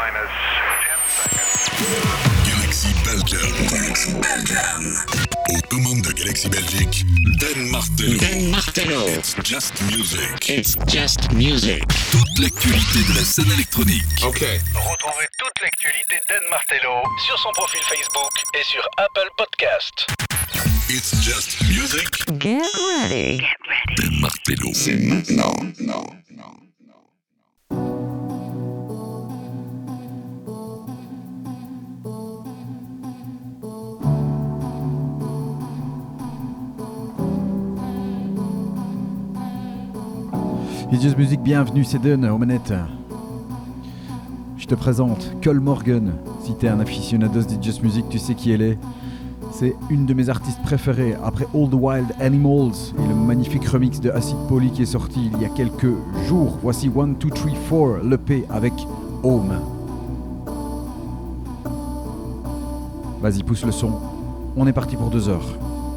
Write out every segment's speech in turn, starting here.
Galaxy Belgium. Aux commandes de Galaxy Belgique, Dan Martello. It's just music. Toute l'actualité de la scène électronique. Ok. Retrouvez toute l'actualité d'Dan Martello sur son profil Facebook et sur Apple Podcast. It's just music. Get ready. Dan Martello. C'est maintenant. It's Just Music, bienvenue, c'est Dan aux manettes. Je te présente Cole Morgan. Si t'es un aficionados d'It's Just Music, tu sais qui elle est. C'est une de mes artistes préférées après All the Wild Animals et le magnifique remix de Acid Poly qui est sorti il y a quelques jours. Voici 1, 2, 3, 4, l'EP avec Home. Vas-y, pousse le son. On est parti pour 2 heures.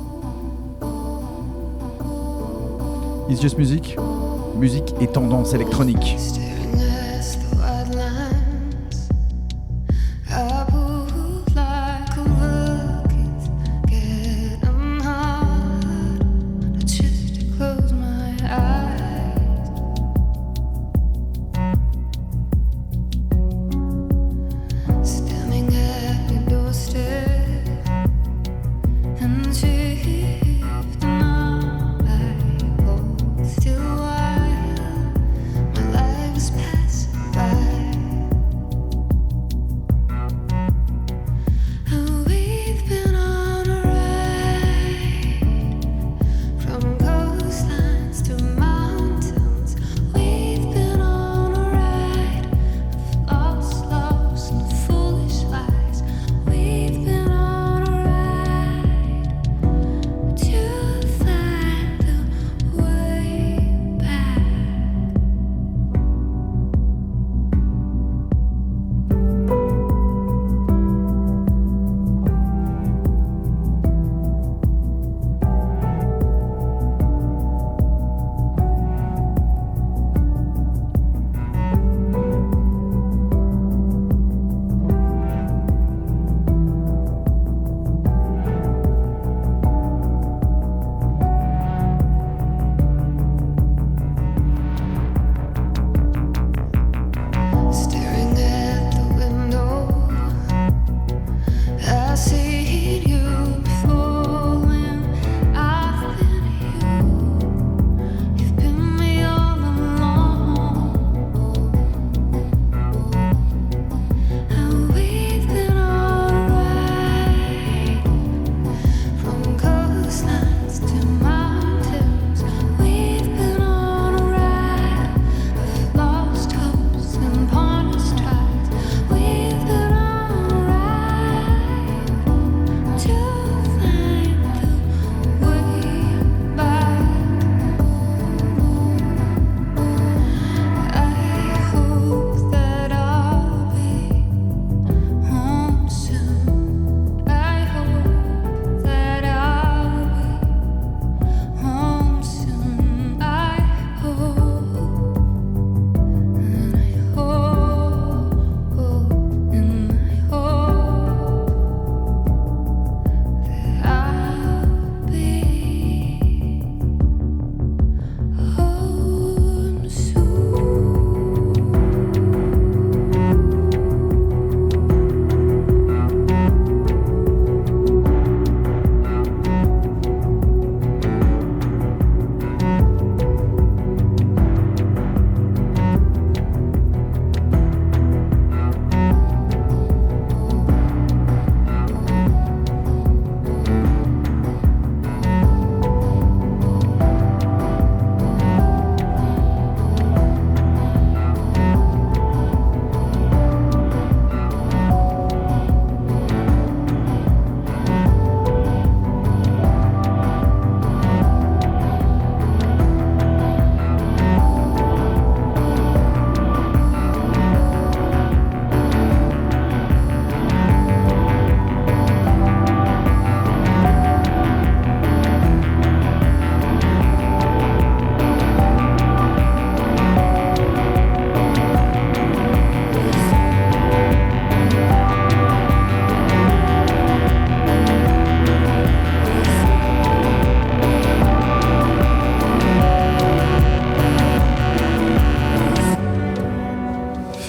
It's Just Music. Musique et tendance électronique.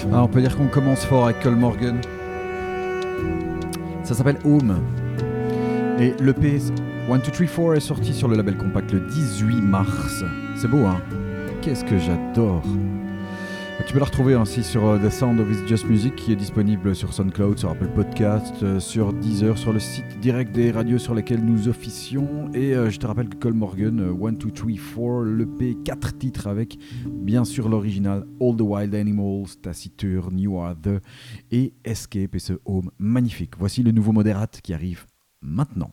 Ah, on peut dire qu'on commence fort avec Cole Morgan. Ça s'appelle Home. Et l'EP 1, 2, 3, 4 est sorti sur le label compact le 18 mars. C'est beau, hein? Qu'est-ce que j'adore! Tu peux la retrouver ainsi sur The Sound of It's Just Music, qui est disponible sur SoundCloud, sur Apple Podcast, sur Deezer, sur le site direct des radios sur lesquelles nous officions. Et je te rappelle que Cole Morgan, 1, 2, 3, 4, l'EP, 4 titres avec bien sûr l'original All the Wild Animals, Taciturn, You Are The et Escape, et ce Home magnifique. Voici le nouveau Moderate qui arrive maintenant.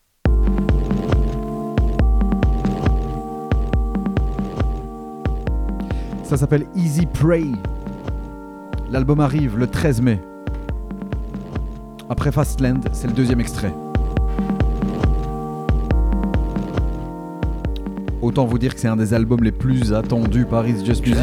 Ça s'appelle Easy Prey. L'album arrive le 13 mai. Après Fastland, c'est le deuxième extrait. Autant vous dire que c'est un des albums les plus attendus par It's Just Music.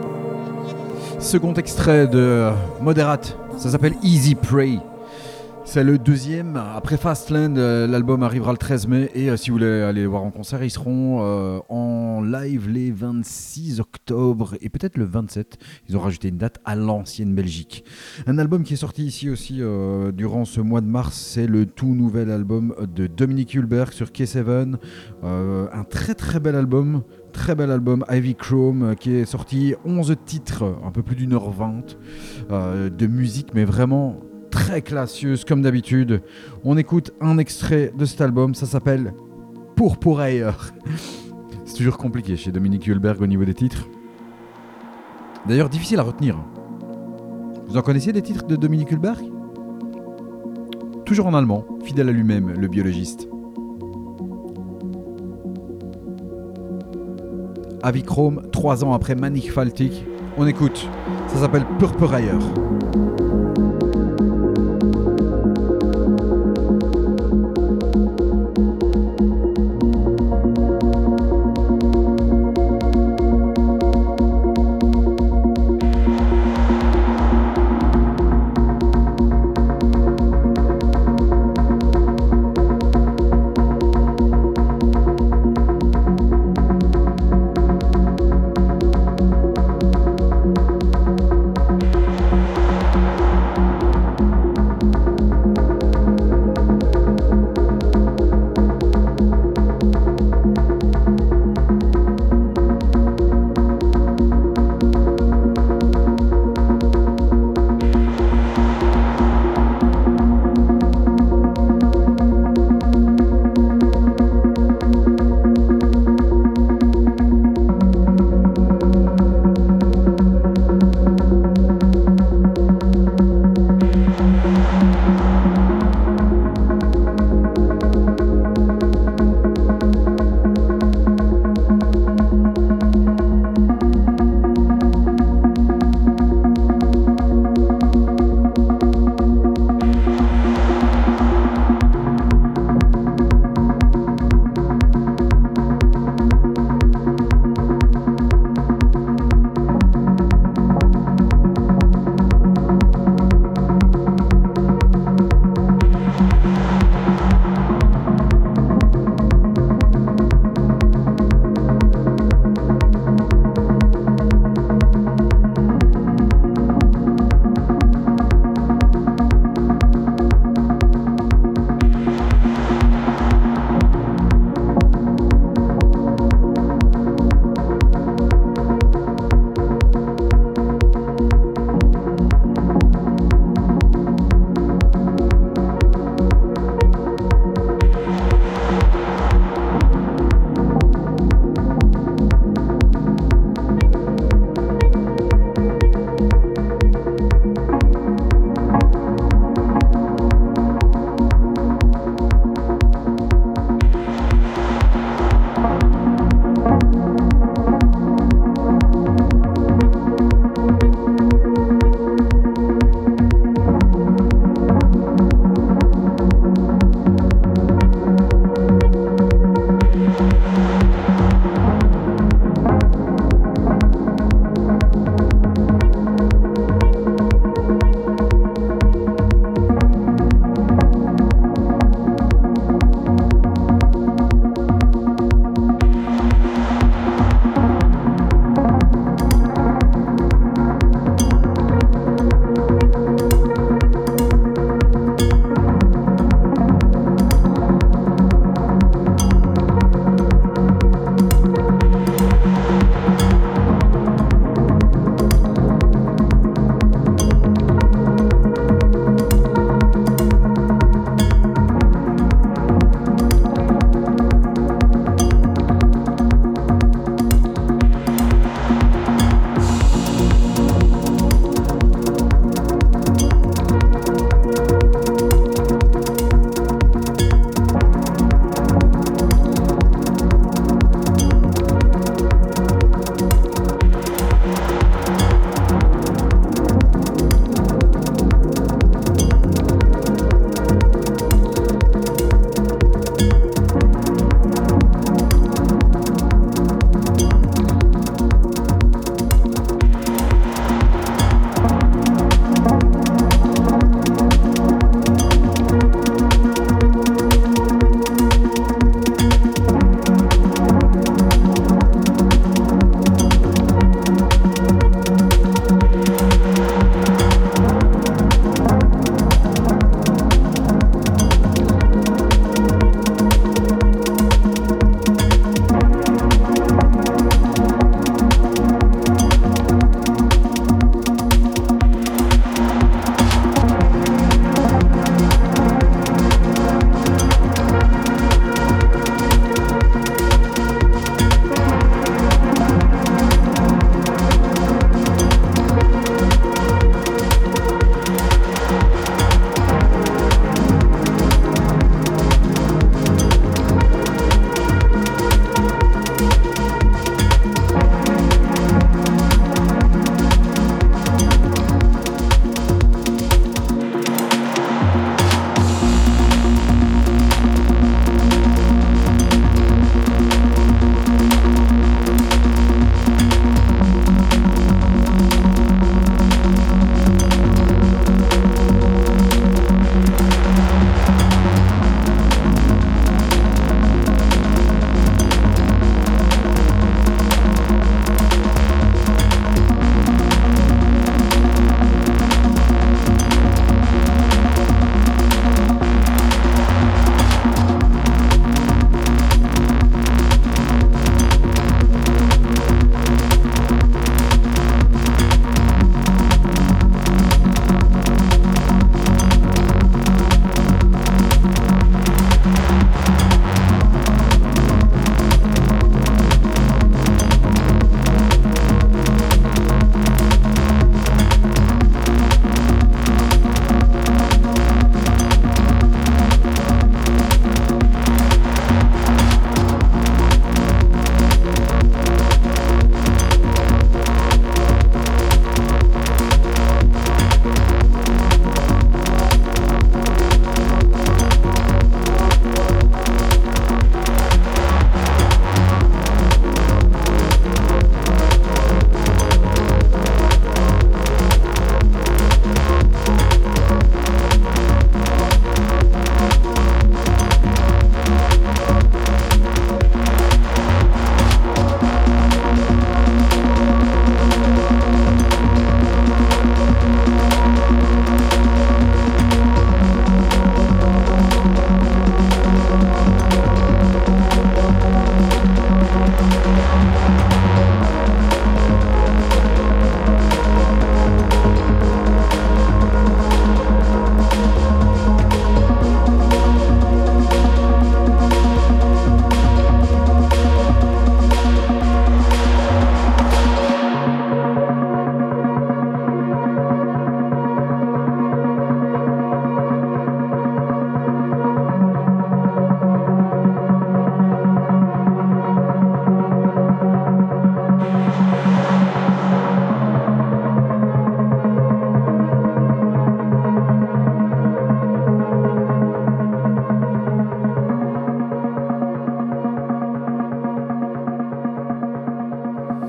Second extrait de Moderate, ça s'appelle Easy Prey. C'est le deuxième. Après Fastland, l'album arrivera le 13 mai. Et si vous voulez aller les voir en concert, ils seront en live les 26 octobre et peut-être le 27. Ils ont rajouté une date à l'ancienne Belgique. Un album qui est sorti ici aussi durant ce mois de mars. C'est le tout nouvel album de Dominique Hulberg sur K7. Un très très bel album. Très bel album, Ivy Chrome, qui est sorti 11 titres, un peu plus d'1h20 de musique, mais vraiment très classieuse comme d'habitude. On écoute un extrait de cet album, ça s'appelle Pour ailleurs. C'est toujours compliqué chez Dominique Hulberg au niveau des titres. D'ailleurs, difficile à retenir. Vous en connaissiez des titres de Dominique Hulberg ? Toujours en allemand, fidèle à lui-même, le biologiste. Avichrome, 3 ans après Mannigfaltig. On écoute, ça s'appelle Purpurailleur.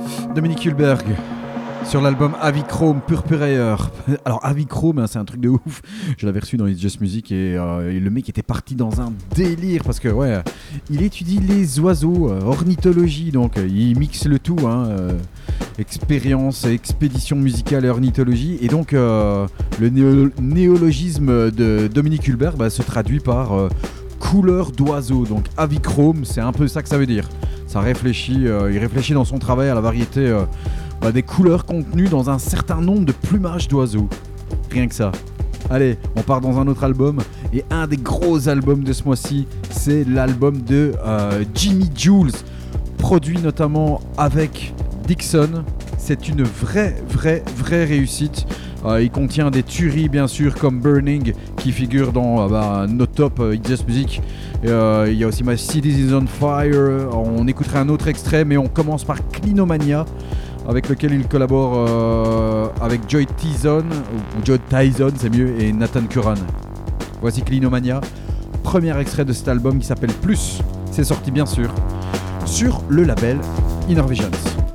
Dominique Hulberg sur l'album Avichrome Purpureer. Alors Avichrome, hein, c'est un truc de ouf. Je l'avais reçu dans It's Just Music et le mec était parti dans un délire parce que ouais, il étudie les oiseaux, ornithologie, donc il mixe le tout, hein, expérience, expédition musicale et ornithologie. Et donc le néologisme de Dominique Hulberg se traduit par couleur d'oiseau. Donc Avichrome, c'est un peu ça que ça veut dire. Ça réfléchit, il réfléchit dans son travail à la variété des couleurs contenues dans un certain nombre de plumages d'oiseaux. Rien que ça. Allez, on part dans un autre album. Et un des gros albums de ce mois-ci, c'est l'album de Jimmy Jules, produit notamment avec Dixon. C'est une vraie réussite. Il contient des tueries bien sûr comme Burning qui figure dans nos top It's Just Music. Il y a aussi My City is on Fire. On écoutera un autre extrait, mais on commence par Clinomania, avec lequel il collabore avec Joy Tyson, ou Joy Tyson c'est mieux, et Nathan Curran. Voici Clinomania, premier extrait de cet album qui s'appelle Plus. C'est sorti bien sûr sur le label Inner Visions.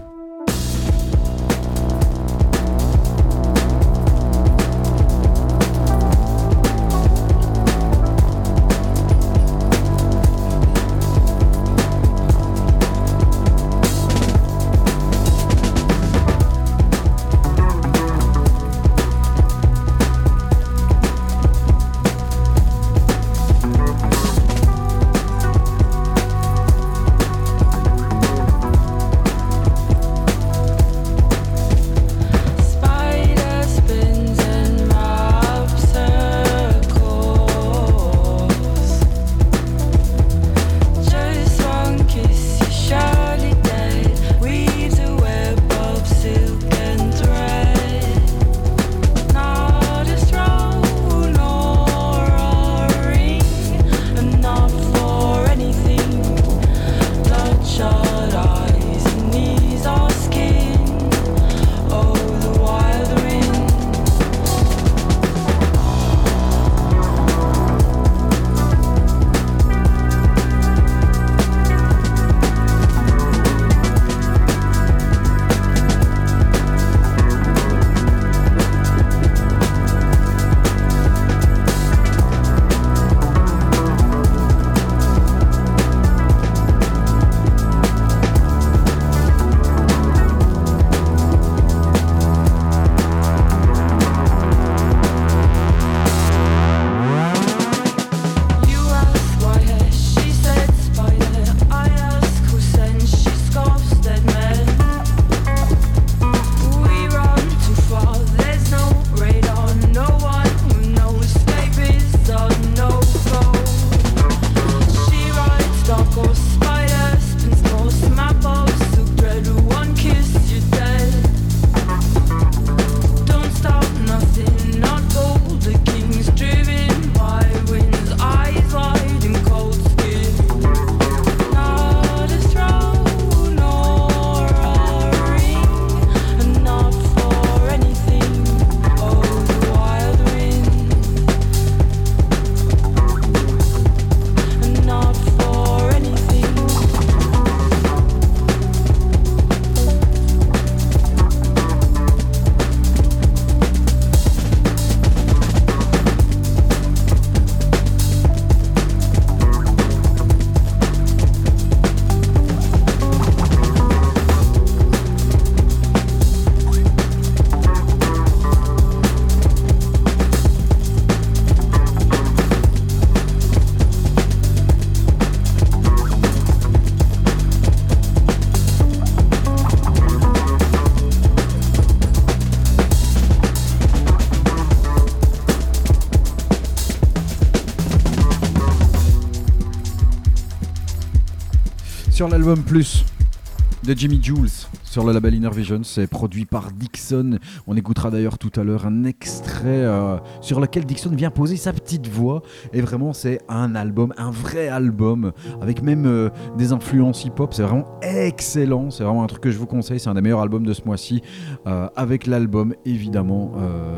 Sur l'album Plus de Jimmy Jules sur le label Inner Visions, c'est produit par Dixon. On écoutera d'ailleurs tout à l'heure un extrait sur lequel Dixon vient poser sa petite voix. Et vraiment, c'est un album, un vrai album, avec même des influences hip-hop. C'est vraiment excellent. C'est vraiment un truc que je vous conseille. C'est un des meilleurs albums de ce mois-ci, avec l'album évidemment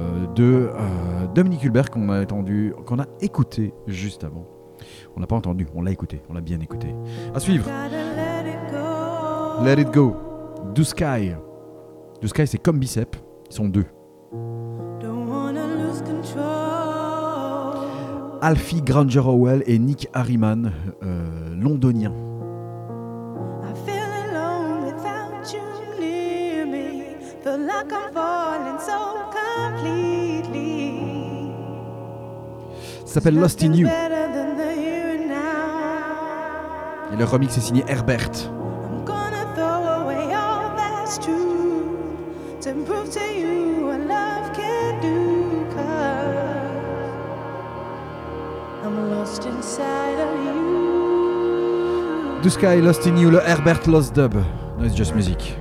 de Dominique Hulberg qu'on a écouté juste avant. On l'a pas entendu, on l'a écouté, on l'a bien écouté. À suivre. Let It Go Do Sky. Do Sky, c'est comme Bicep, ils sont deux. Alfie Granger-Howell et Nick Harriman, londoniens. Ça s'appelle Lost in You. Et le remix est signé Herbert. Do Sky, Lost in You, le Herbert Lost Dub. No, it's just music.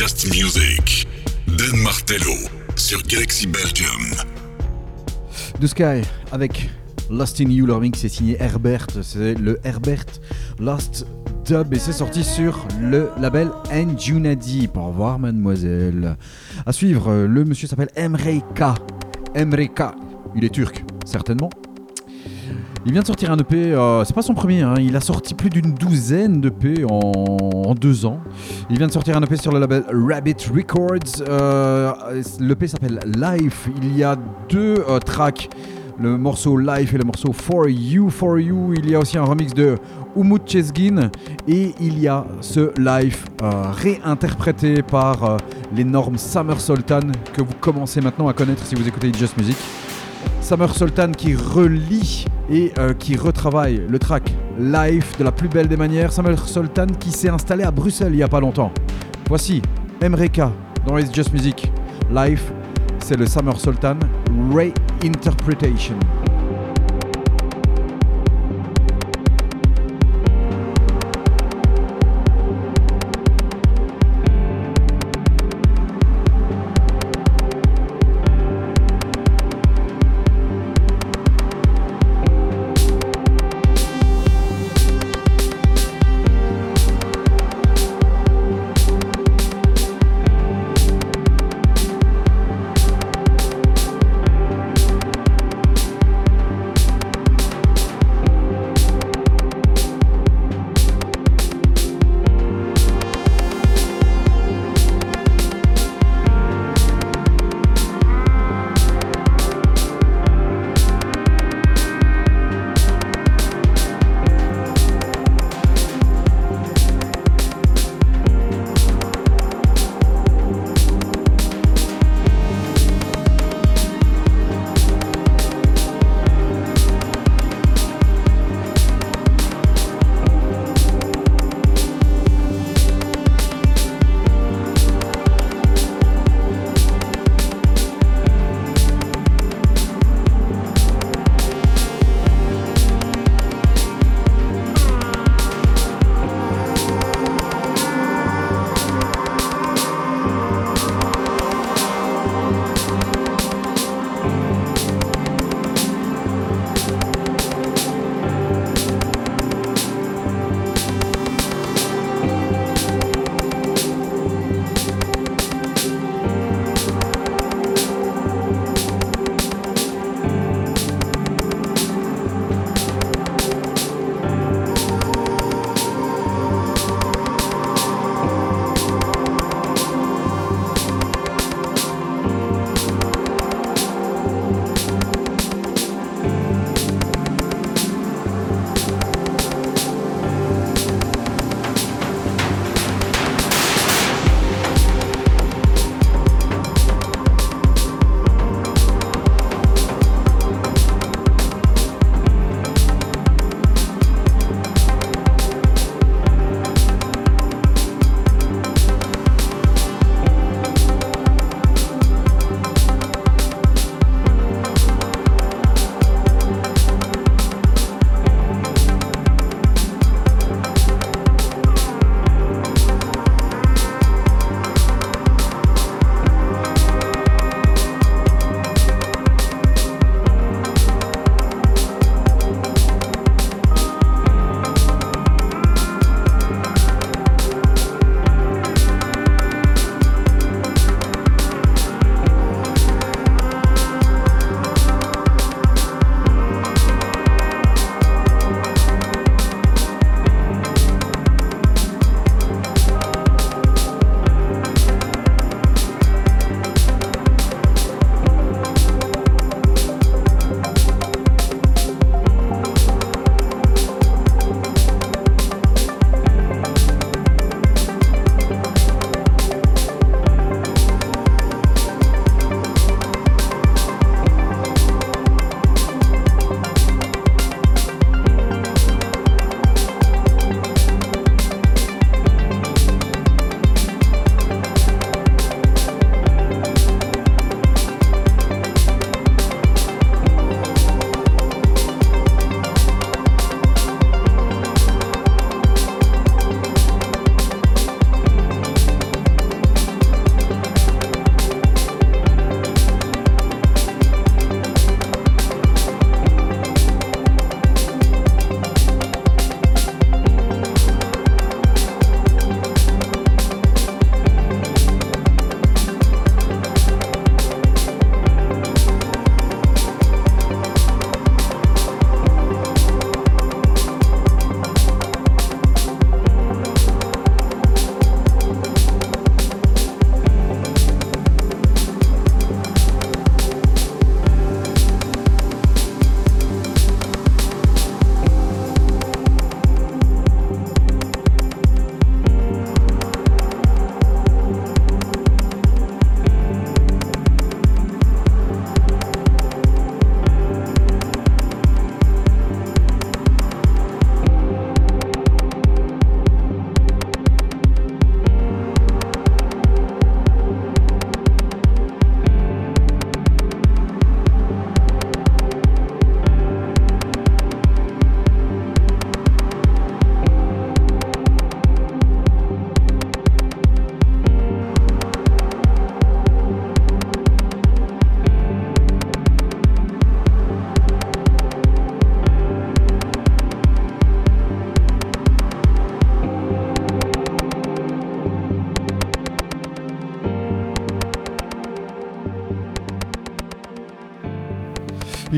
just music. Dan Martello sur Galaxy Belgium. The Sky avec Lost in You, leur mix est signé Herbert, c'est le Herbert Lost Dub et c'est sorti sur le label Njunadi. Au revoir mademoiselle. À suivre, le monsieur s'appelle Emre K. Il est turc, certainement. Il vient de sortir un EP, c'est pas son premier, hein, il a sorti plus d'une douzaine d'EP en 2 ans. Il vient de sortir un EP sur le label Rabbit Records. L'EP s'appelle Life. Il y a 2 tracks, le morceau Life et le morceau For You. Il y a aussi un remix de Umut Chezgin et il y a ce Life réinterprété par l'énorme Summer Sultan que vous commencez maintenant à connaître si vous écoutez Just Music. Summer Sultan qui relie et qui retravaille le track Life de la plus belle des manières. Summer Sultan qui s'est installé à Bruxelles il n'y a pas longtemps. Voici Emre K dans It's Just Music. Life, c'est le Summer Sultan Reinterpretation.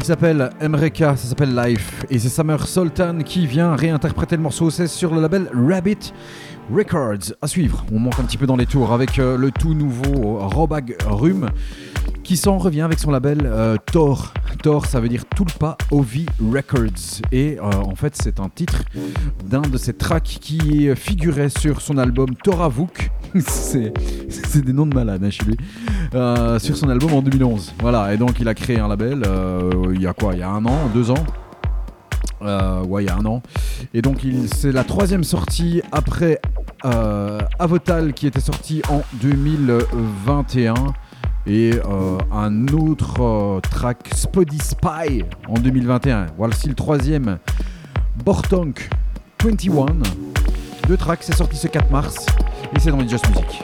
Il s'appelle Emreka, ça s'appelle Life. Et c'est Summer Sultan qui vient réinterpréter le morceau. C'est sur le label Rabbit Records. À suivre, on monte un petit peu dans les tours avec le tout nouveau Robag Rum qui s'en revient avec son label Thor. Thor, ça veut dire Tulpa Ovi Records. Et en fait, c'est un titre d'un de ses tracks qui figurait sur son album Thoravuk. c'est des noms de malades hein, chez lui. Sur son album en 2011. Voilà, et donc il a créé un label il y a quoi ? Il y a 1 an, 2 ans ? Ouais, il y a 1 an. Et donc c'est la 3e sortie après Avotal qui était sorti en 2021. Et un autre track Spotty Spy en 2021. Voici le 3e Bortonk 21. 2 tracks, c'est sorti ce 4 mars et c'est dans les Just Music.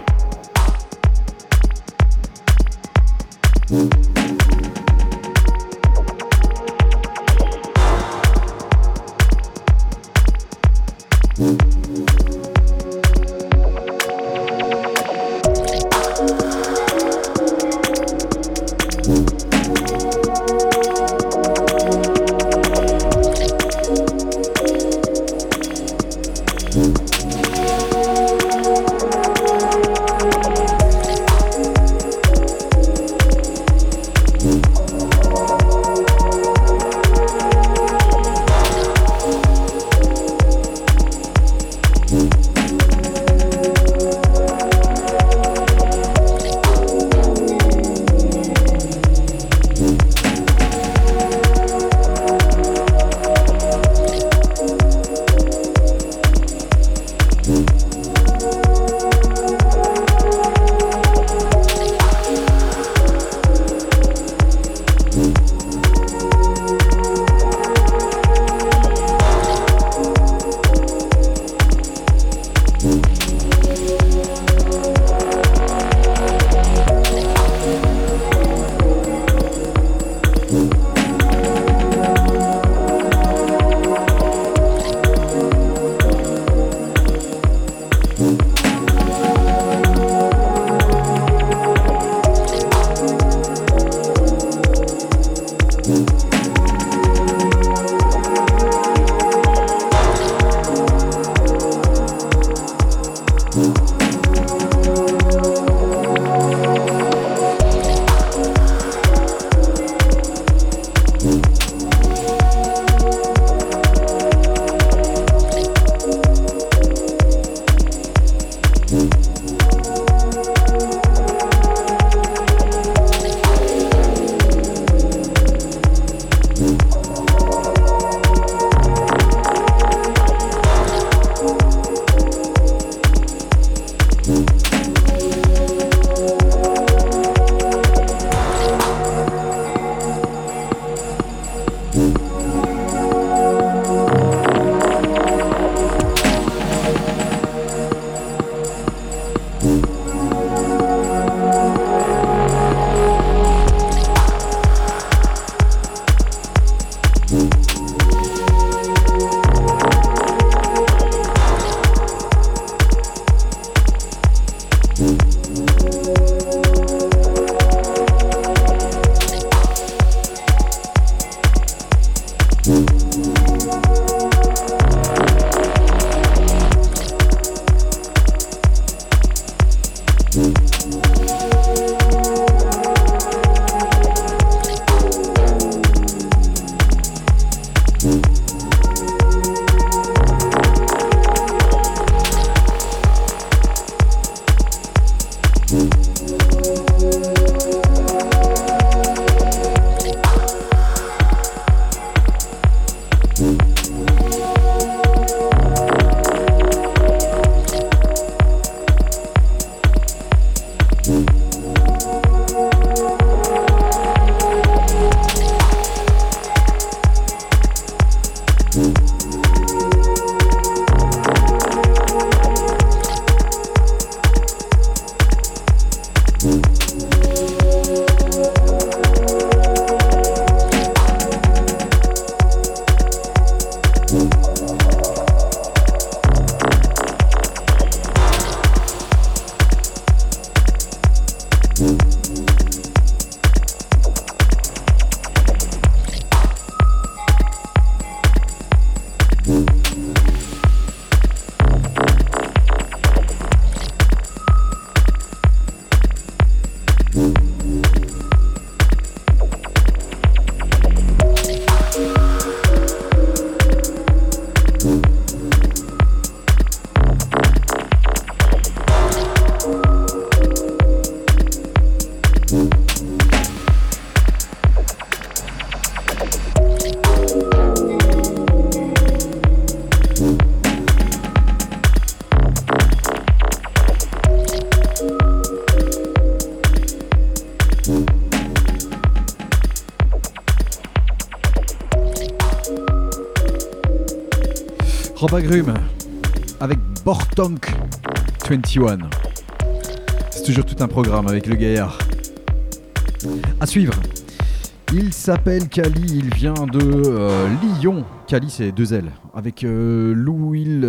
Robagrum avec Bortonk 21. C'est toujours tout un programme avec le gaillard. À suivre. Il s'appelle Kali, il vient de Lyon. Kali c'est 2 L. Avec Lou, il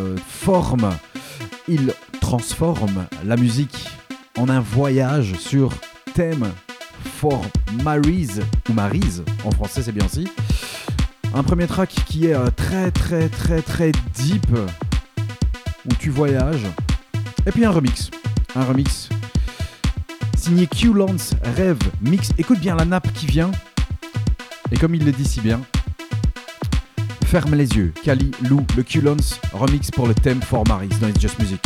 transforme la musique en un voyage sur thème for Mary's, ou Mary's en français c'est bien aussi. Un premier track qui est très deep, où tu voyages. Et puis un remix signé Q-Lance Rêve Mix. Écoute bien la nappe qui vient. Et comme il le dit si bien, ferme les yeux. Kali, Lou, le Q-Lance remix pour le thème for Mary's dans It's Just Music.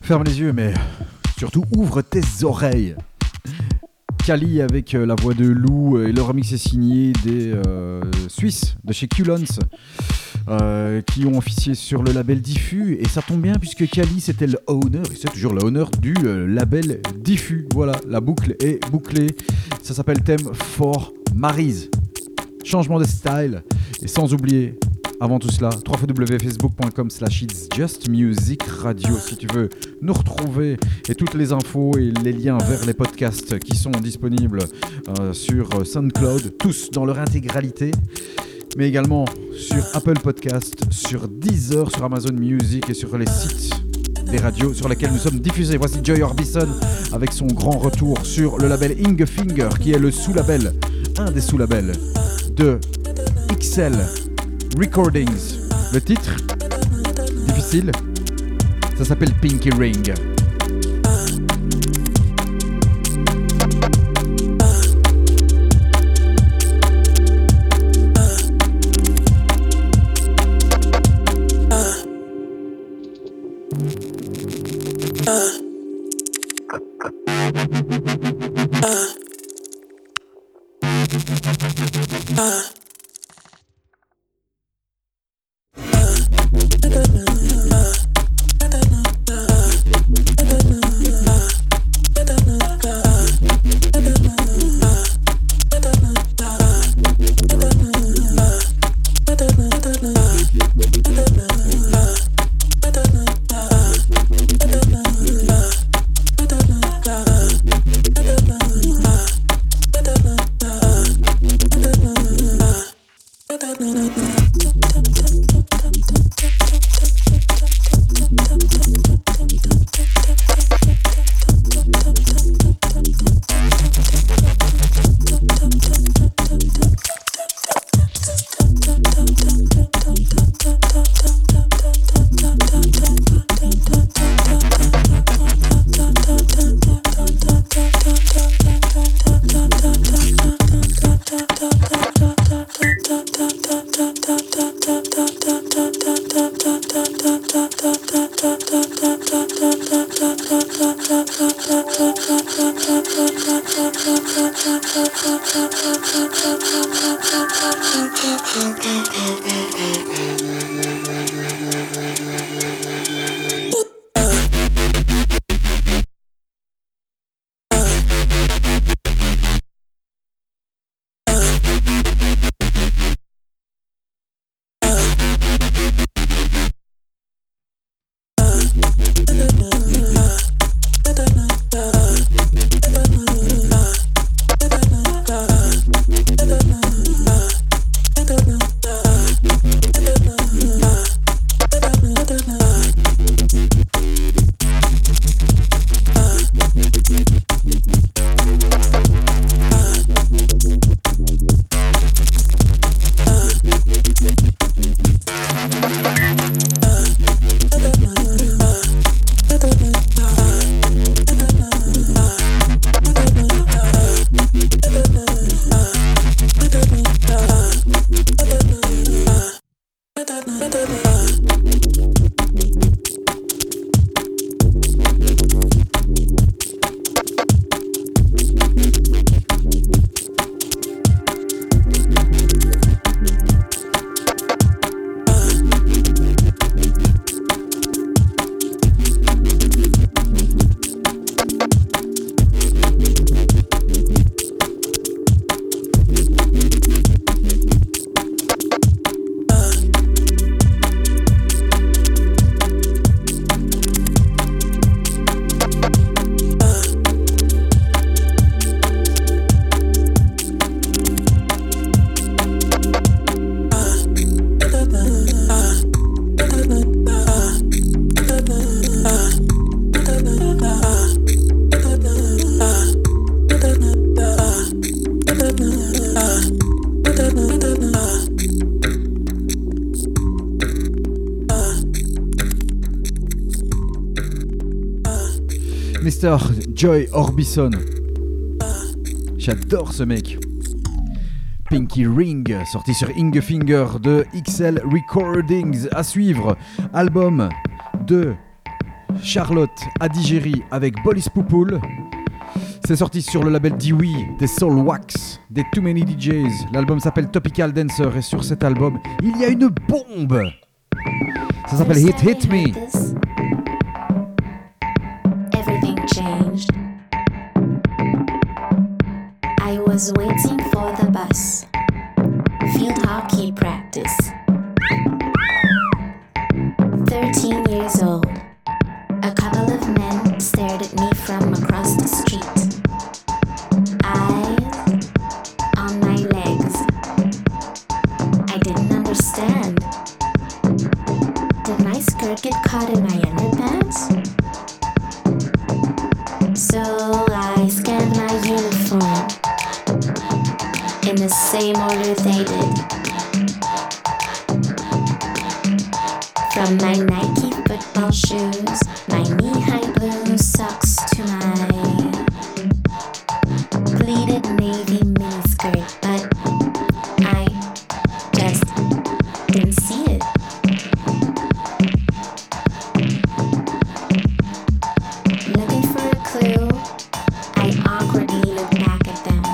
Ferme les yeux, mais surtout ouvre tes oreilles. Kali avec la voix de Lou et le remix est signé des Suisses de chez Culons qui ont officié sur le label Diffus, et ça tombe bien puisque Kali c'était le owner, et c'est toujours le owner du label Diffus. Voilà, la boucle est bouclée. Ça s'appelle Theme for Maryse. Changement de style, et sans oublier avant tout cela, www.facebook.com/itsjustmusicradio si tu veux nous retrouver, et toutes les infos et les liens vers les podcasts qui sont disponibles sur SoundCloud, tous dans leur intégralité, mais également sur Apple Podcast, sur Deezer, sur Amazon Music et sur les sites des radios sur lesquels nous sommes diffusés. Voici Joy Orbison avec son grand retour sur le label Ingefinger, qui est le sous-label, un des sous-labels de XL Recordings. Le titre, difficile, ça s'appelle Pinky Ring. Mr. Joy Orbison. J'adore ce mec. Pinky Ring, sorti sur Ingefinger de XL Recordings. À suivre, album de Charlotte Adigéry avec Bolis Poupoul. C'est sorti sur le label Dewey, des Soul Wax, des Too Many DJs. L'album s'appelle Topical Dancer et sur cet album, il y a une bombe. Ça s'appelle Hit Me. Everything changed. I was waiting for the bus. Field hockey practice. 13 years old. A couple of men stared at me from across the street. Eyes on my legs. I didn't understand. Did my skirt get caught in my underpants? So I scanned my uniform in the same order they did. From my Nike football shoes, my knee-high blue socks to my pleated navy miniskirt, but I just didn't see it. Looking for a clue, I awkwardly looked back at them.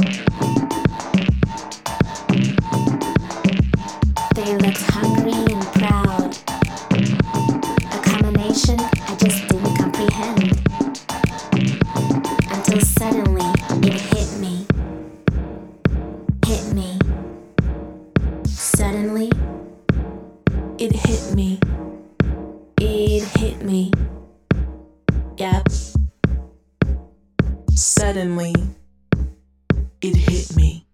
They looked hungry and proud. A combination I just didn't comprehend. Until suddenly it hit me. Hit me. Suddenly it hit me. It hit me. Yep. Suddenly, it hit me.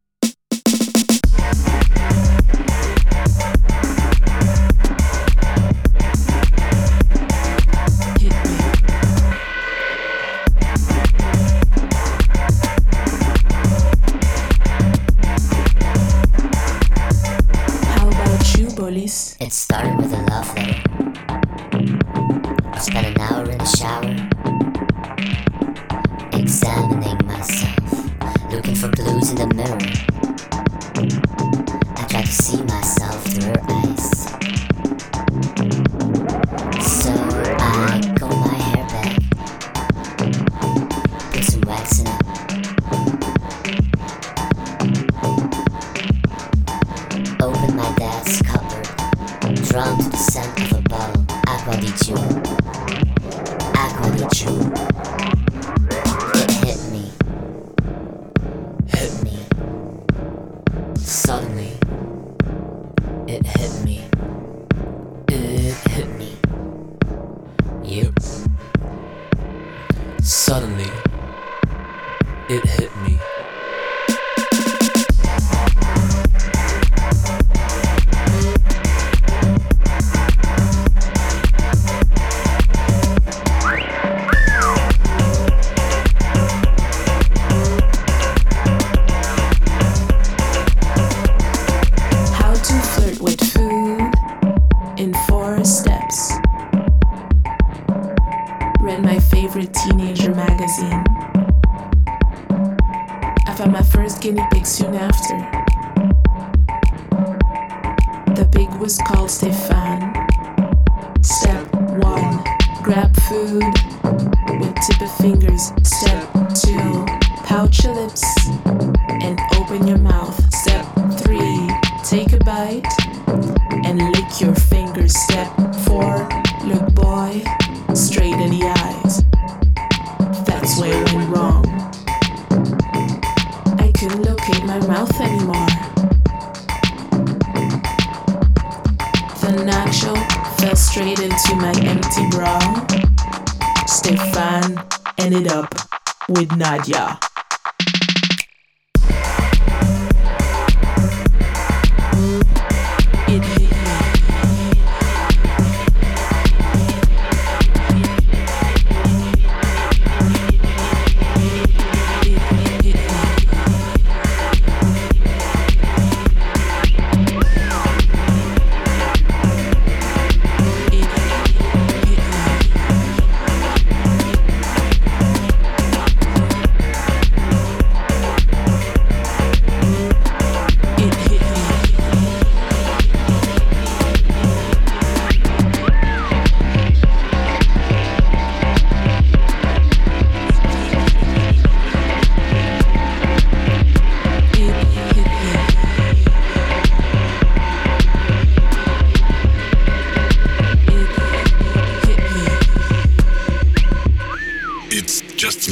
Hit me. How about you, Bolis? It started with a love letter. I spent an hour in the shower, examining myself, looking for clues in the mirror. I tried to see myself through her eyes. So I combed my hair back, put some wax in it. Opened my dad's cupboard, drawn to the scent of a bottle. Aqua di Giù. Aqua di Giù. It hit me. Hit me. Suddenly. It hit me. It hit me. Yep. Suddenly. It hit me. How to flirt with food in 4 steps. Read my favorite teenager magazine. I found my first guinea pig soon after. The pig was called Stefan. Step 1. Grab food with tip of fingers. Step 2. Pouch your lips and open your mouth. Step 3. Take a bite and lick your fingers. Step 4. Look boy straight in the eyes. That's where it went wrong. I couldn't locate my mouth anymore. The nacho fell straight into my empty bra. Stefan ended up with Nadia. It hit me.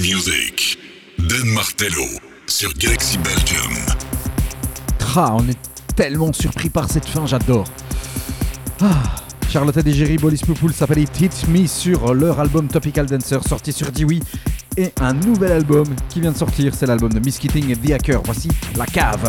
Music. Dan Martello sur Galaxy Belgium. On est tellement surpris par cette fin, j'adore. Charlotte Adegeri, Bolis Poupoul s'appelle It Hits Me sur leur album Topical Dancer sorti sur Dewey. Et un nouvel album qui vient de sortir, c'est l'album de Miss Keating et The Hacker. Voici La Cave.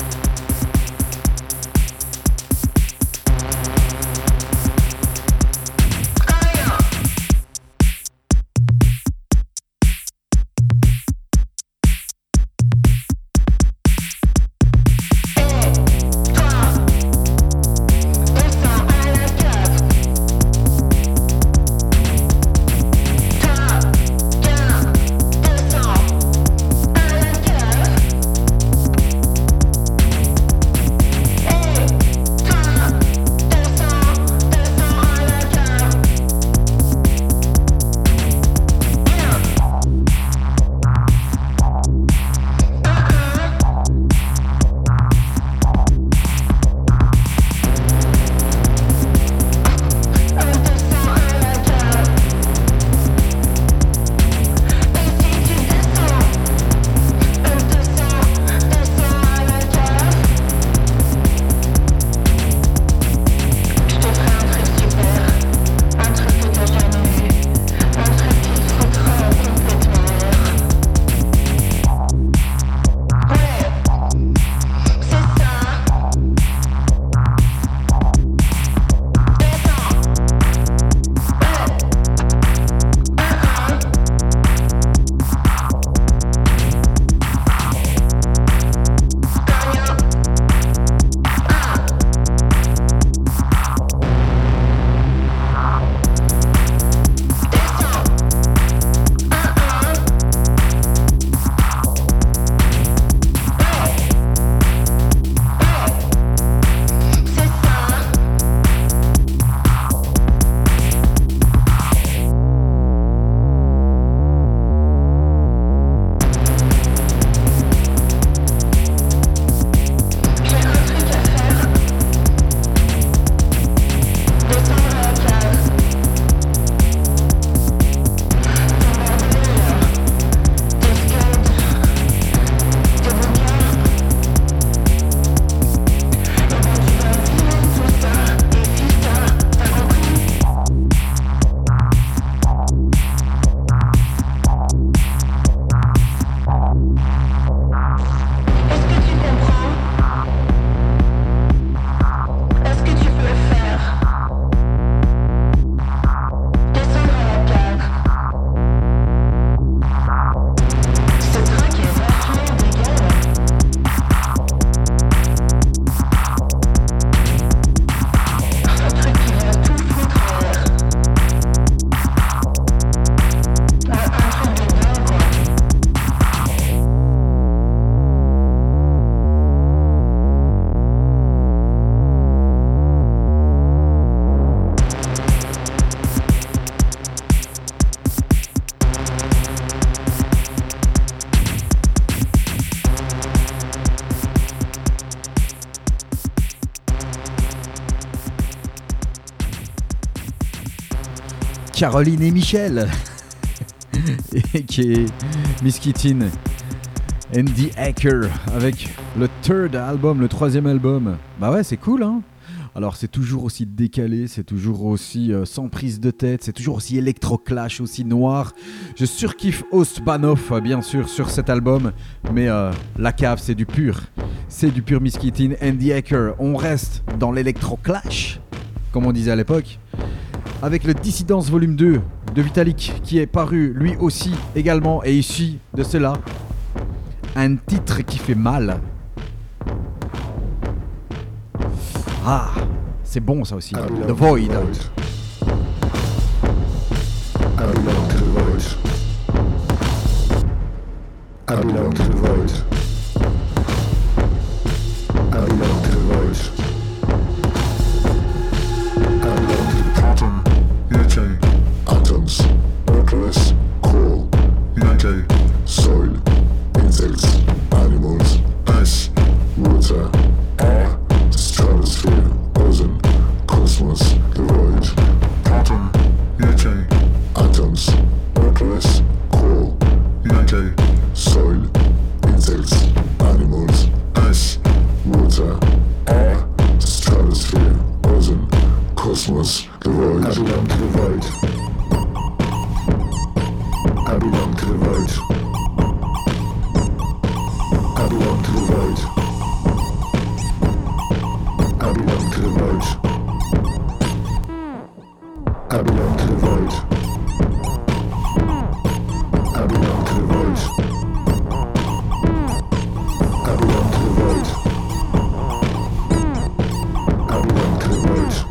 Caroline et Michel et qui est Miss Keating and The Hacker avec le third album, le troisième album. Bah ouais, c'est cool, hein. Alors c'est toujours aussi décalé, c'est toujours aussi sans prise de tête, c'est toujours aussi électro-clash, aussi noir. Je surkiffe Ostbanov bien sûr sur cet album, mais La Cave c'est du pur Miss Keating and The Hacker. On reste dans l'électro-clash, comme on disait à l'époque, avec le Dissidence Volume 2 de Vitalik qui est paru lui aussi également, et ici de cela, un titre qui fait mal. Ah, c'est bon ça aussi. The Void. I belong to the void. I belong to the void. I belong to the void. I belong to the atom, unity, atoms, nucleus, coal, unity, soil, insects, animals, ice, water, air, stratosphere, ozone, cosmos, the void. Atom, unity, atoms, nucleus, coal, belong to the void. I belong to the void. I belong to the void. I belong to the void. I belong to the void. I belong to the void. I belong to the void. I belong to the void.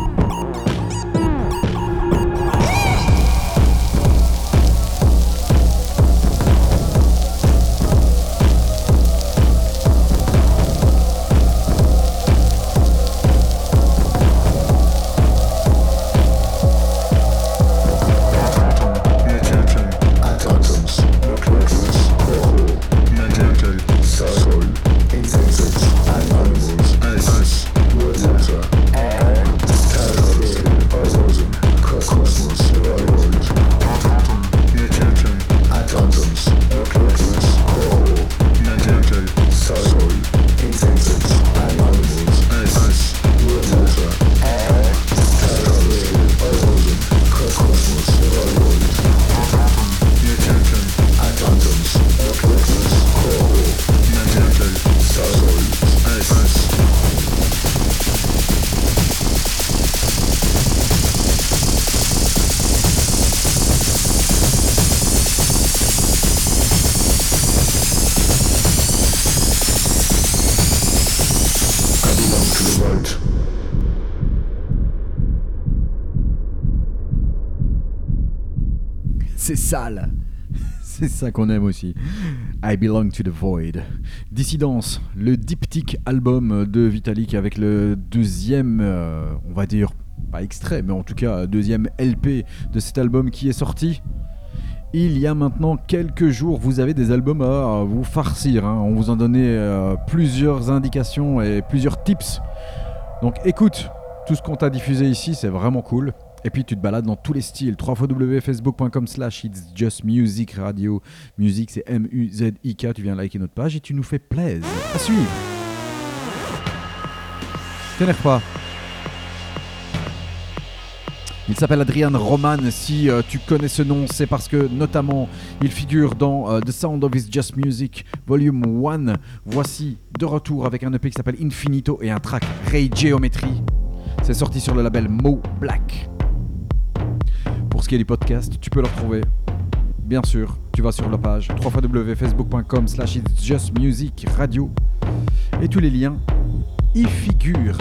C'est sale. C'est ça qu'on aime aussi. I Belong to the Void. Dissidence, le diptyque album de Vitalik avec le deuxième, on va dire, pas extrait, mais en tout cas deuxième LP de cet album qui est sorti. Il y a maintenant quelques jours, vous avez des albums à vous farcir. On vous en donnait plusieurs indications et plusieurs tips. Donc écoute, tout ce qu'on t'a diffusé ici, c'est vraiment cool. Et puis tu te balades dans tous les styles. www.facebook.com/itsjustmusicradio. Musique, c'est M-U-Z-I-K. Tu viens liker notre page et tu nous fais plaisir. À suivre. T'énerve pas. Il s'appelle Adrian Roman. Si tu connais ce nom, c'est parce que notamment il figure dans The Sound of It's Just Music Volume 1. Voici de retour avec un EP qui s'appelle Infinito et un track Ray Geometry. C'est sorti sur le label Mo Black. Pour ce qui est du podcast, tu peux le retrouver. Bien sûr, tu vas sur la page www.facebook.com/itsjustmusicradio et tous les liens y figurent.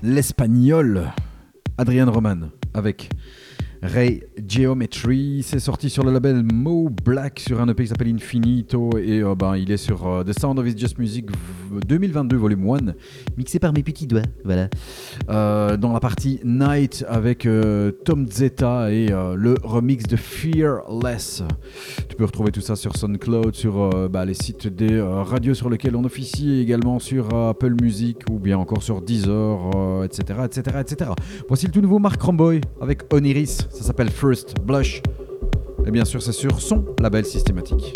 l'espagnol Adrian Roman avec Ray Geometry. C'est sorti sur le label Mo Black sur un EP qui s'appelle Infinito et il est sur The Sound of It's Just Music 2022 volume 1, mixé par mes petits doigts, voilà. Dans la partie Night avec Tom Zeta et le remix de Fearless. Tu peux retrouver tout ça sur SoundCloud, sur les sites des radios sur lesquels on officie, et également sur Apple Music ou bien encore sur Deezer, etc., etc., etc. Voici le tout nouveau Mark Romboy avec Oniris. Ça s'appelle First Blush. Et bien sûr, c'est sur son label Systématique.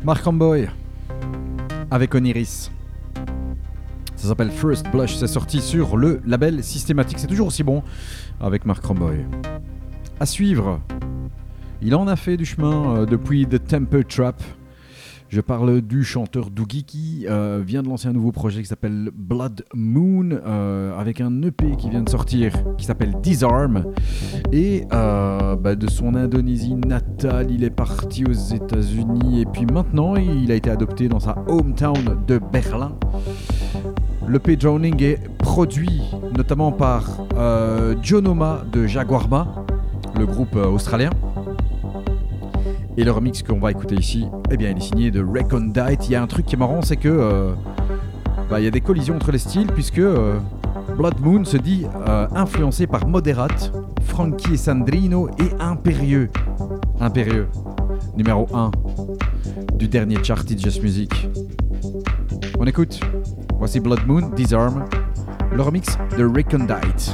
Mark Ramboy avec Oniris. Ça s'appelle First Blush, c'est sorti sur le label Systematic. C'est toujours aussi bon avec Mark Ramboy. À suivre, il en a fait du chemin depuis The Temper Trap. Je parle du chanteur Doogie qui vient de lancer un nouveau projet qui s'appelle Blood Moon avec un EP qui vient de sortir qui s'appelle Disarm. Et de son Indonésie natale, il est parti aux États-Unis et puis maintenant il a été adopté dans sa hometown de Berlin. L'EP Drowning est produit notamment par Jonoma de Jaguarma, le groupe australien. Et le remix qu'on va écouter ici, eh bien, il est signé de Recondite. Il y a un truc qui est marrant, c'est que il y a des collisions entre les styles, puisque Blood Moon se dit influencé par Moderate, Frankie et Sandrino et Impérieux. Impérieux, numéro 1 du dernier chart Just Music. On écoute. Voici Blood Moon, Disarm, le remix de Recondite.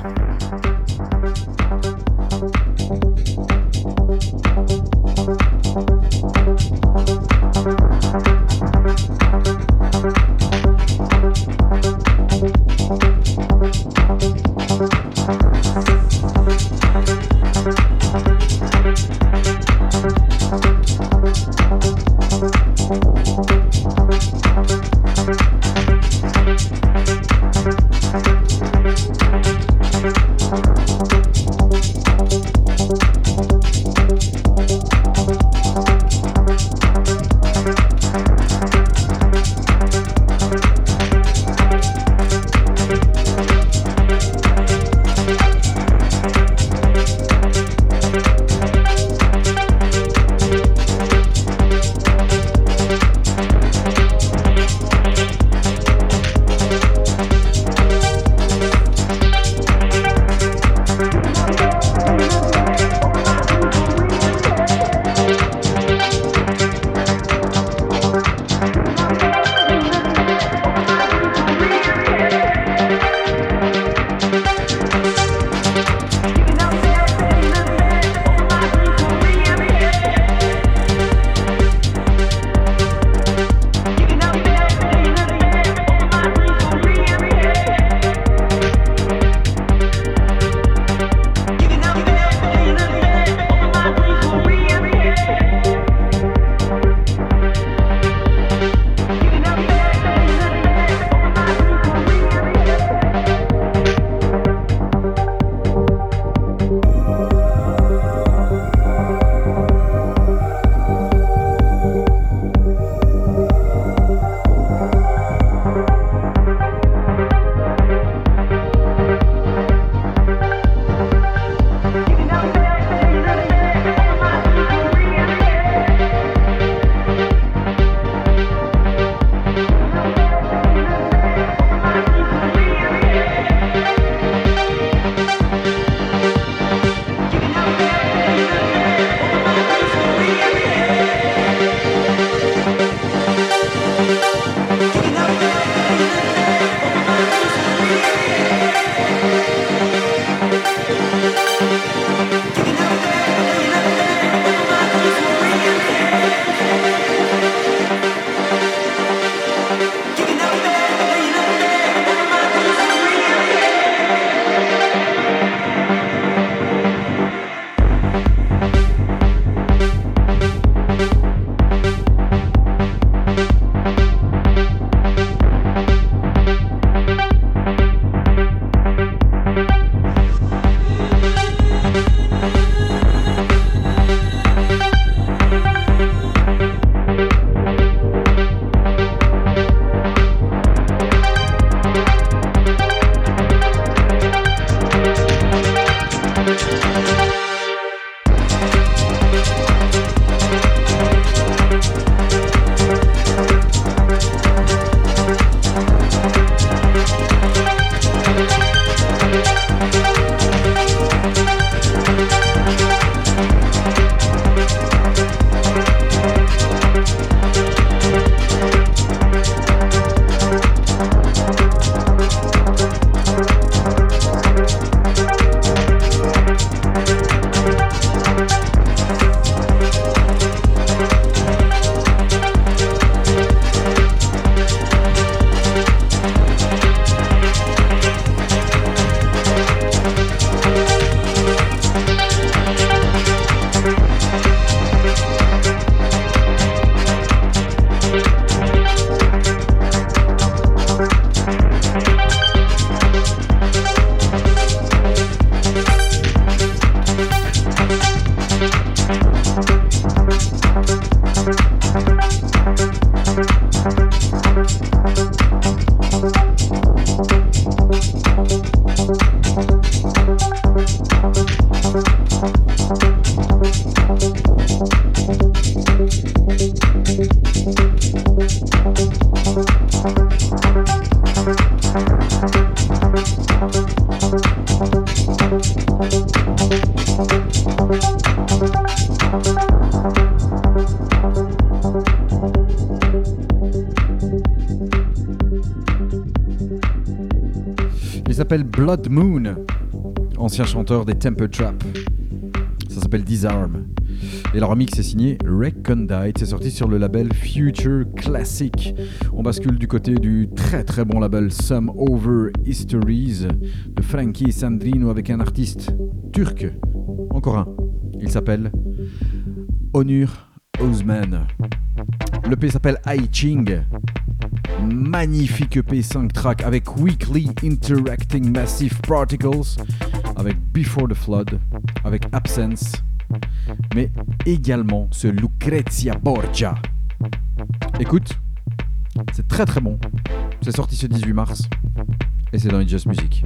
Il s'appelle Blood Moon, ancien chanteur des Temper Trap. Ça s'appelle Disarm. Et le remix est signé Recondite. C'est sorti sur le label Future Classic. On bascule du côté du très très bon label Some Over Histories de Frankie Sandrino avec un artiste turc. Encore un. Il s'appelle Onur Osman. L'EP s'appelle I Ching. Magnifique EP 5 tracks avec Weekly Interacting Massive Particles, avec Before the Flood, avec Absence, mais également ce Lucrezia Borgia. Écoute, c'est très très bon. C'est sorti ce 18 mars et c'est dans It's Just Music.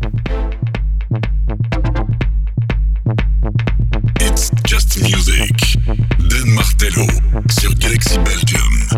It's Just Music. Dan Martello sur Galaxy Belgium.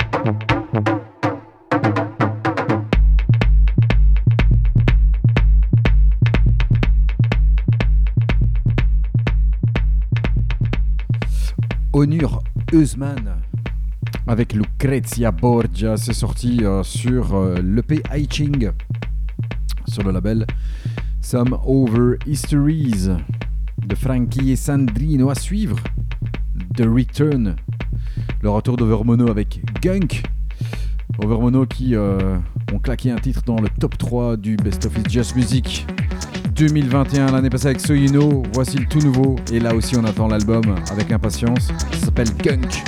Onur Özman avec Lucrezia Borgia, c'est sorti sur l'EP I Ching sur le label Some Over Histories de Frankie et Sandrino. À suivre The Return, le retour d'Overmono avec Gunk. Overmono qui ont claqué un titre dans le top 3 du Best of It's Just Music 2021, l'année passée avec So You Know. Voici le tout nouveau et là aussi on attend l'album avec impatience. Ça s'appelle Gunk.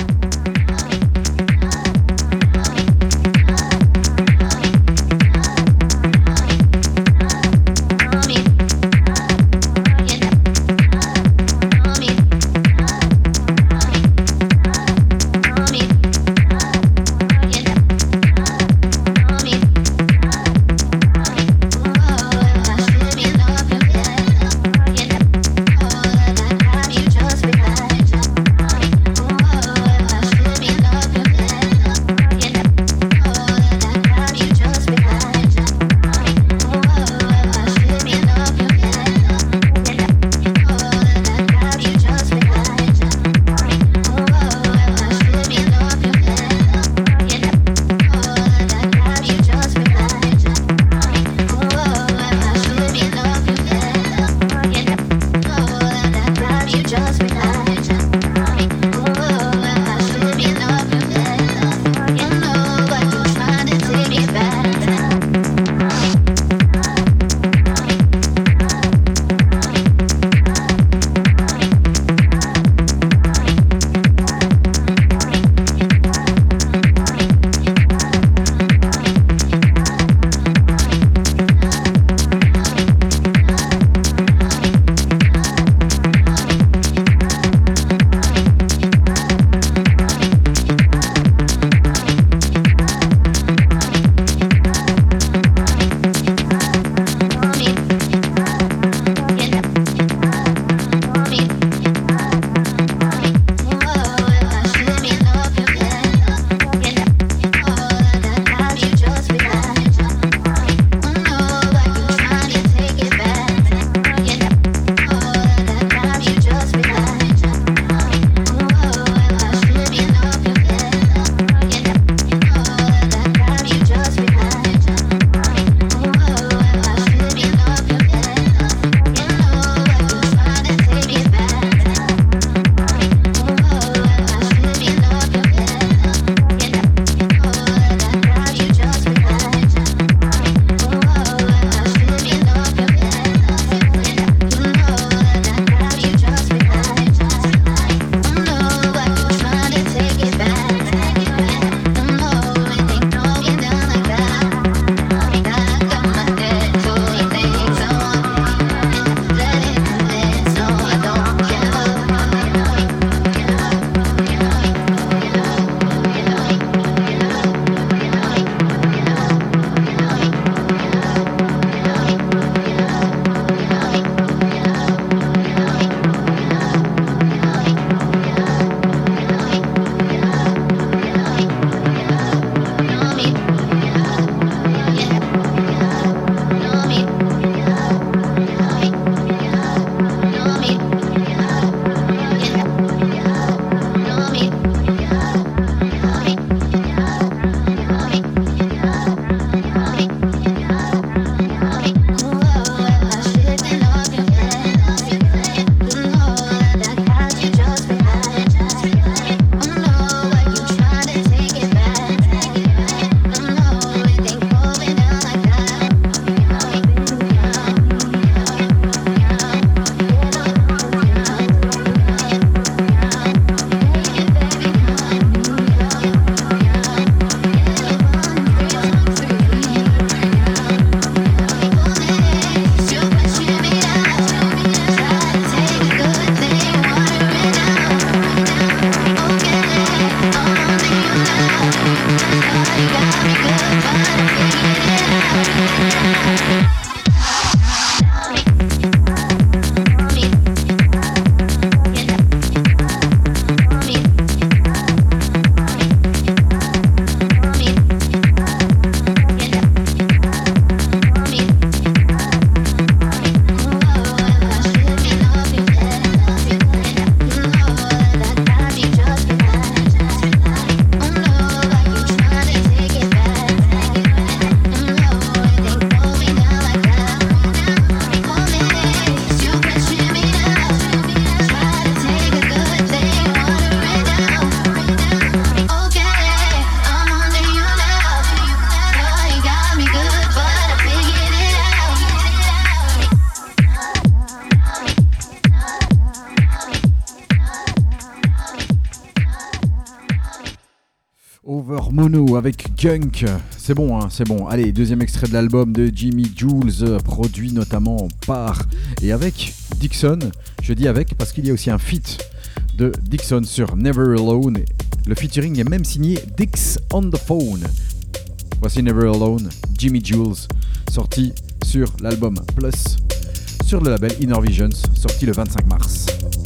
Mono avec Gunk. C'est bon, hein, c'est bon. Allez, deuxième extrait de l'album de Jimmy Jules, produit notamment par et avec Dixon. Je dis avec parce qu'il y a aussi un feat de Dixon sur Never Alone. Le featuring est même signé Dix on the Phone. Voici Never Alone, Jimmy Jules, sorti sur l'album Plus, sur le label Inner Visions, sorti le 25 mars.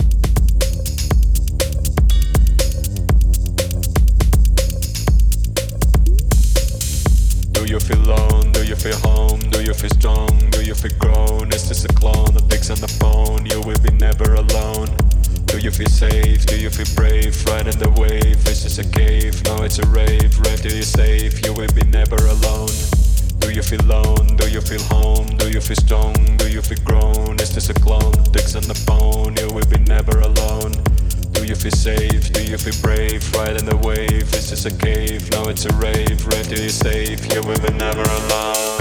Do you feel alone? Do you feel home? Do you feel strong? Do you feel grown? Is this a clone that digs on the phone? You will be never alone. Do you feel safe? Do you feel brave? Riding the wave, is this a cave? No, it's a rave. Rave till you're safe, you will be never alone. Do you feel alone? Do you feel home? Do you feel strong? Do you feel grown? Is this a clone that digs on the phone? You will be never alone. Do you feel safe? Do you feel brave? Riding the wave, is this a cave? No, it's a rave. Rave till you're safe, you will be never alone.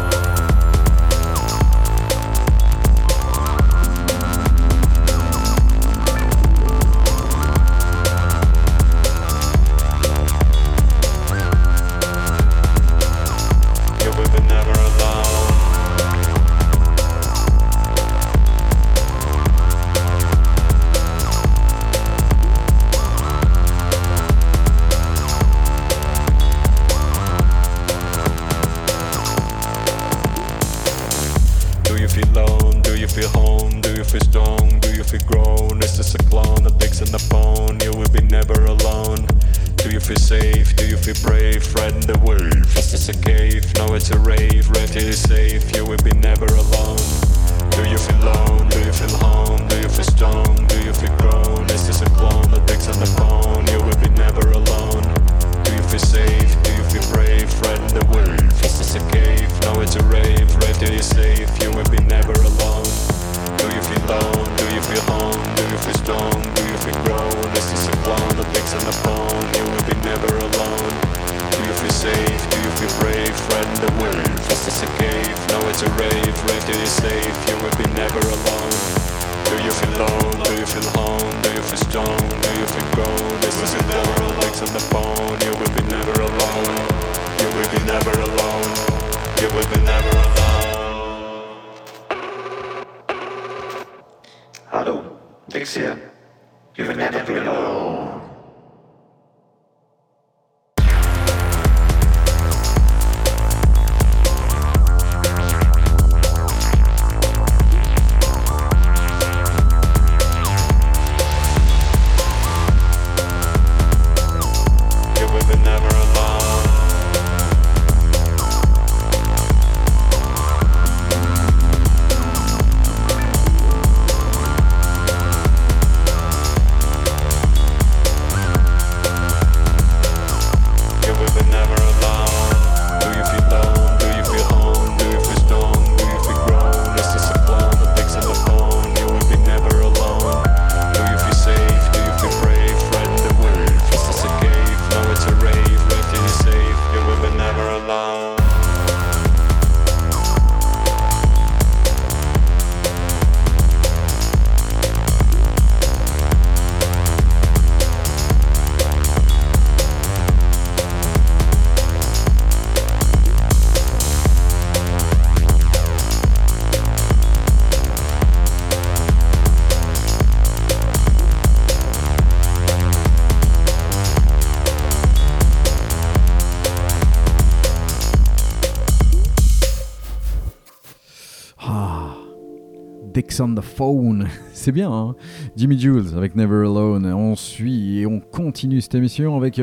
On the Phone, c'est bien, hein. Jimmy Jules avec Never Alone. On suit et on continue cette émission avec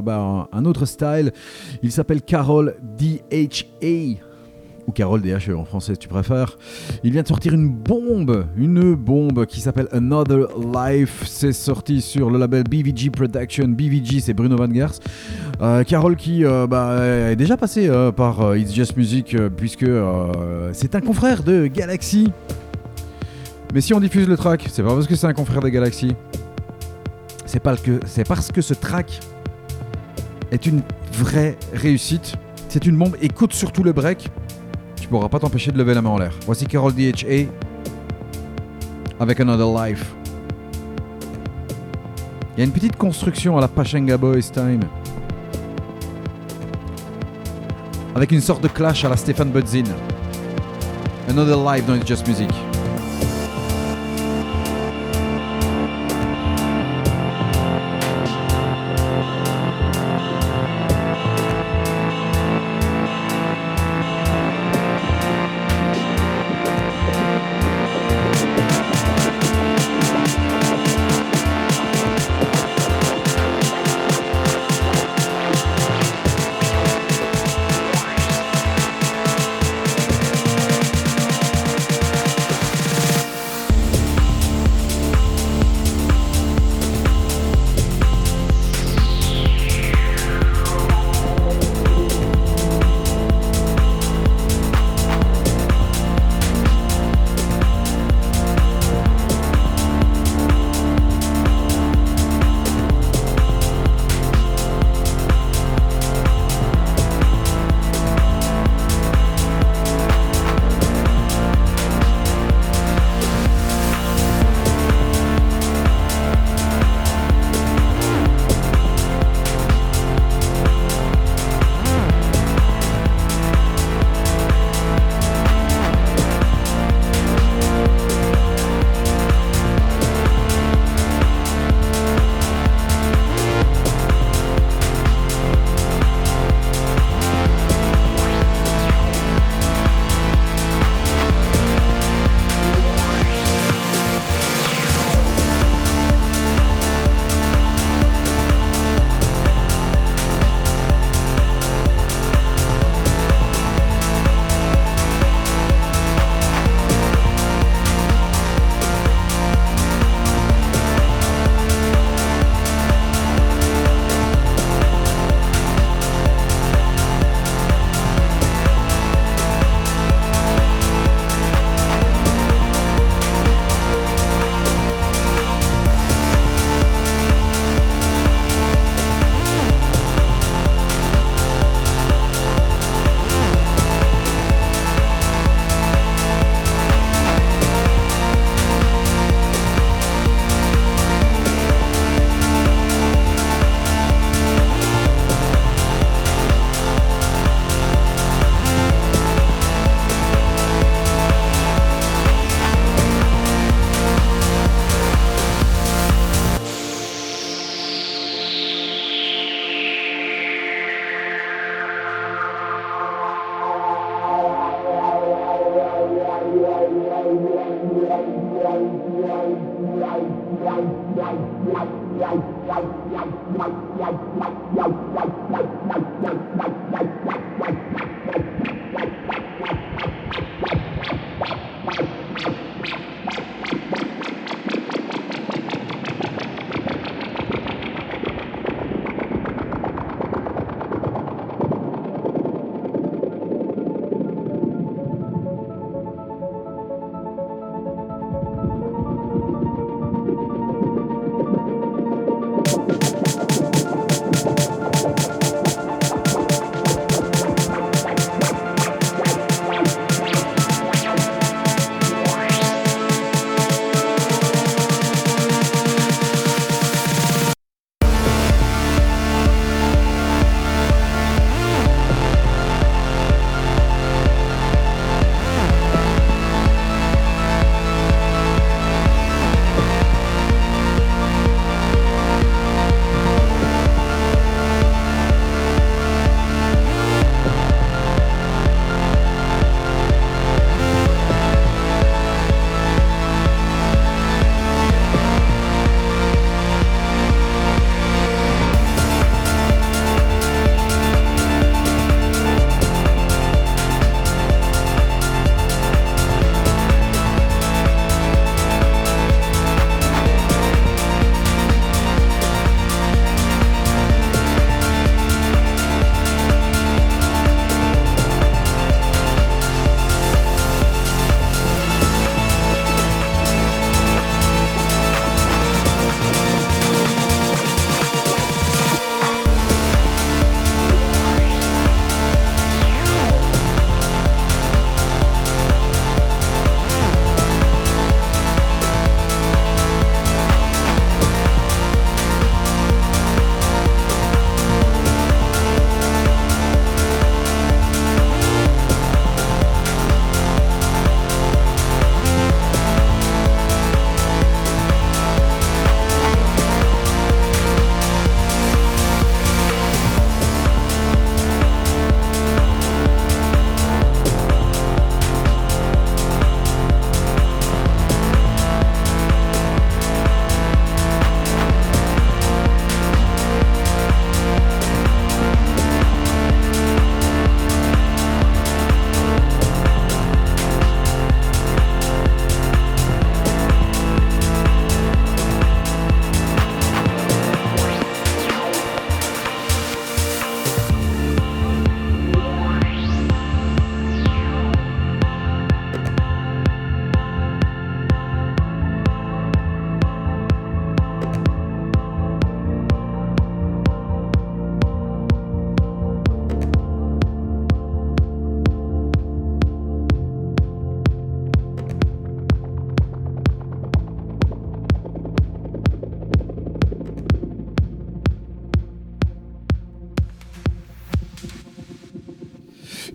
un autre style. Il s'appelle Carol DHA ou Carol DHE en français si tu préfères. Il vient de sortir une bombe qui s'appelle Another Life. C'est sorti sur le label BVG Production. BVG, c'est Bruno Van Gers. Carol qui est déjà passé par It's Just Music puisque c'est un confrère de Galaxy. Mais si on diffuse le track, c'est pas parce que c'est un confrère de Galaxy. C'est parce que ce track est une vraie réussite. C'est une bombe. Écoute surtout le break. Tu pourras pas t'empêcher de lever la main en l'air. Voici Carol DHA avec Another Life. Il y a une petite construction à la Pachanga Boys Time. avec une sorte de clash à la Stéphane Budzin. Another Live dans It's Just Music.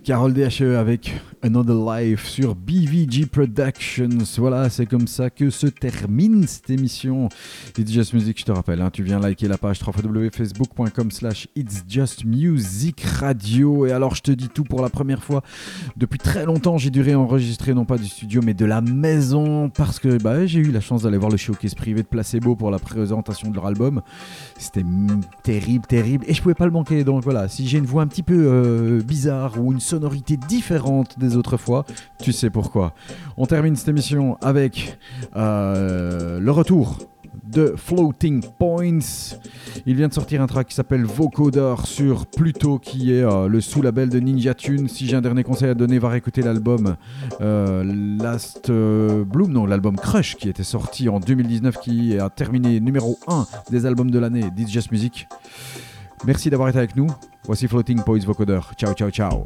Carole DHE avec Another Life sur BVG Productions. Voilà, c'est comme ça que se termine cette émission It's Just Music. Je te rappelle, hein, tu viens liker la page www.facebook.com/It's Just Music Radio. Et alors, je te dis tout pour la première fois depuis très longtemps. J'ai dû réenregistrer non pas du studio mais de la maison parce que j'ai eu la chance d'aller voir le showcase privé de Placebo pour la présentation de leur album. C'était terrible et je pouvais pas le manquer. Donc voilà, si j'ai une voix un petit peu bizarre ou une sonorité différente des autres fois, tu sais pourquoi. On termine cette émission avec le retour de Floating Points. Il vient de sortir un track qui s'appelle Vocoder sur Pluto, qui est le sous-label de Ninja Tune. Si j'ai un dernier conseil à donner, va réécouter l'album Last Bloom, non, l'album Crush qui était sorti en 2019, qui a terminé numéro 1 des albums de l'année d'It's Just Music. Merci d'avoir été avec nous. Voici Floating Points Vocoder. Ciao, ciao, ciao.